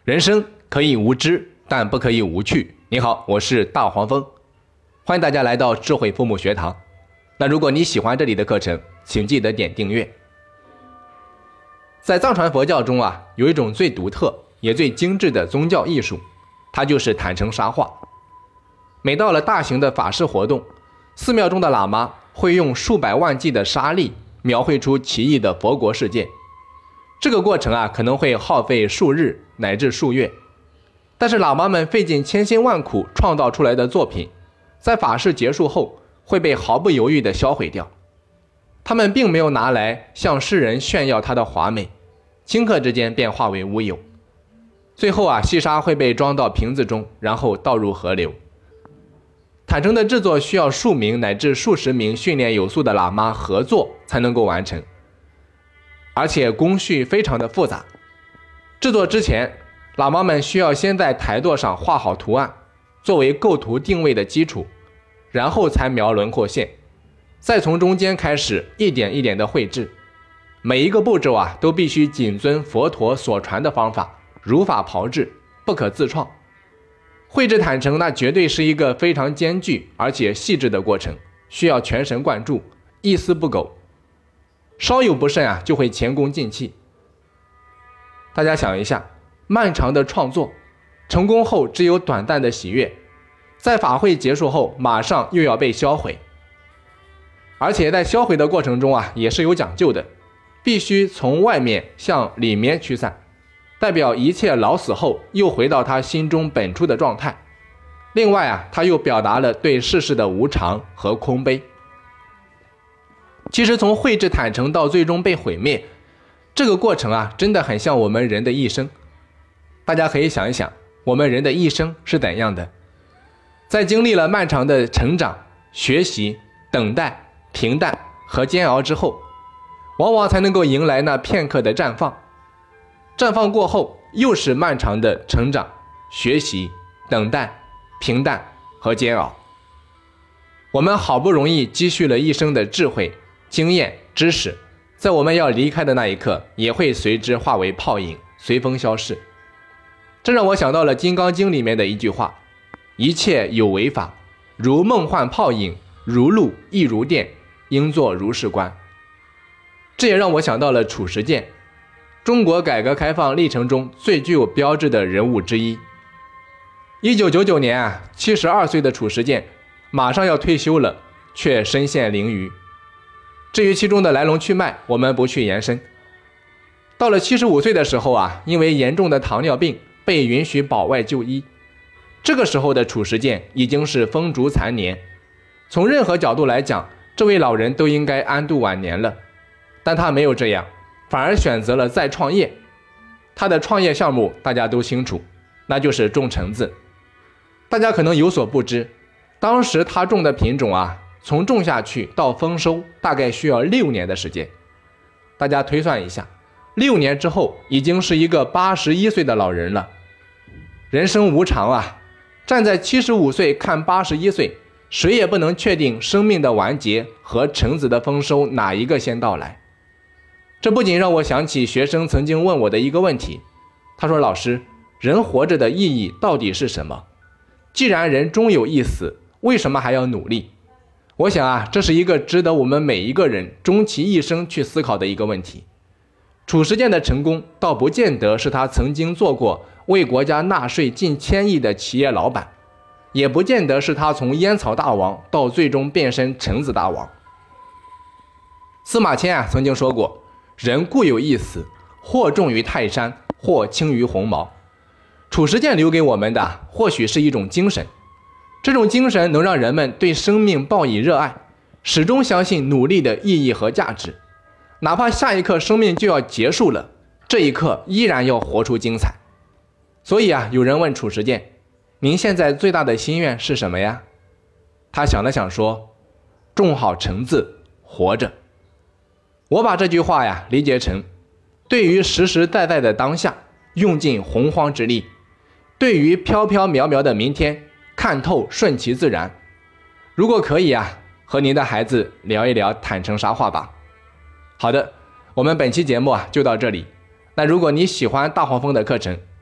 人生可以无知，但不可以无趣。你好，我是大黄蜂，欢迎大家来到智慧父母学堂。那如果你喜欢这里的课程，请记得点订阅。在藏传佛教中啊，有一种最独特也最精致的宗教艺术，它就是坦诚沙画。每到了大型的法事活动，寺庙中的喇嘛会用数百万计的沙粒描绘出奇异的佛国世界。这个过程啊，可能会耗费数日乃至数月，但是喇嘛们费尽千辛万苦创造出来的作品，在法事结束后会被毫不犹豫地销毁掉。他们并没有拿来向世人炫耀它的华美，顷刻之间便化为乌有。最后啊，细沙会被装到瓶子中，然后倒入河流。坦诚的制作需要数名乃至数十名训练有素的喇嘛合作才能够完成，而且工序非常的复杂。制作之前，喇嘛们需要先在台垛上画好图案，作为构图定位的基础，然后才描轮廓线，再从中间开始一点一点的绘制。每一个步骤啊，都必须谨遵佛陀所传的方法，如法炮制，不可自创。绘制坦诚，那绝对是一个非常艰巨而且细致的过程，需要全神贯注，一丝不苟，稍有不慎啊，就会前功尽弃。大家想一下，漫长的创作，成功后只有短暂的喜悦，在法会结束后马上又要被销毁，而且在销毁的过程中啊，也是有讲究的，必须从外面向里面驱散，代表一切老死后又回到他心中本初的状态。另外啊，他又表达了对世事的无常和空悲。其实从绘制坦诚到最终被毁灭，这个过程啊，真的很像我们人的一生。大家可以想一想，我们人的一生是怎样的？在经历了漫长的成长、学习、等待、平淡和煎熬之后，往往才能够迎来那片刻的绽放。绽放过后，又是漫长的成长、学习、等待、平淡和煎熬。我们好不容易积蓄了一生的智慧、经验、知识，在我们要离开的那一刻，也会随之化为泡影，随风消逝。这让我想到了《金刚经》里面的一句话：一切有为法，如梦幻泡影，如露亦如电，应作如是观。这也让我想到了褚时健，中国改革开放历程中最具有标志的人物之一。1999年啊，72岁的褚时健马上要退休了，却身陷囹圄。至于其中的来龙去脉，我们不去延伸。到了75岁的时候啊，因为严重的糖尿病被允许保外就医。这个时候的褚时健已经是风烛残年，从任何角度来讲，这位老人都应该安度晚年了，但他没有这样，反而选择了再创业。他的创业项目大家都清楚，那就是种橙子。大家可能有所不知，当时他种的品种啊，从种下去到丰收大概需要6年的时间。大家推算一下，6年之后已经是一个81岁的老人了。人生无常啊，站在75岁看81岁，谁也不能确定生命的完结和橙子的丰收哪一个先到来。这不仅让我想起学生曾经问我的一个问题，他说：老师，人活着的意义到底是什么？既然人终有一死，为什么还要努力？我想啊，这是一个值得我们每一个人终其一生去思考的一个问题。褚时健的成功倒不见得是他曾经做过为国家纳税近1000亿的企业老板，也不见得是他从烟草大王到最终变身橙子大王。司马迁啊曾经说过，人固有一死，或重于泰山，或轻于鸿毛。褚时健留给我们的或许是一种精神，这种精神能让人们对生命报以热爱，始终相信努力的意义和价值，哪怕下一刻生命就要结束了，这一刻依然要活出精彩。所以啊，有人问褚时健，您现在最大的心愿是什么呀？他想了想说，种好橙子，活着。我把这句话呀理解成，对于实实在在的当下，用尽洪荒之力；对于飘飘渺渺的明天，看透顺其自然。如果可以啊，和您的孩子聊一聊坦诚沙画吧。好的，我们本期节目啊就到这里。那如果你喜欢大黄蜂的课程，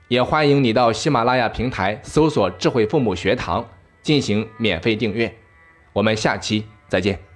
也欢迎你到喜马拉雅平台搜索智慧父母学堂进行免费订阅。我们下期再见。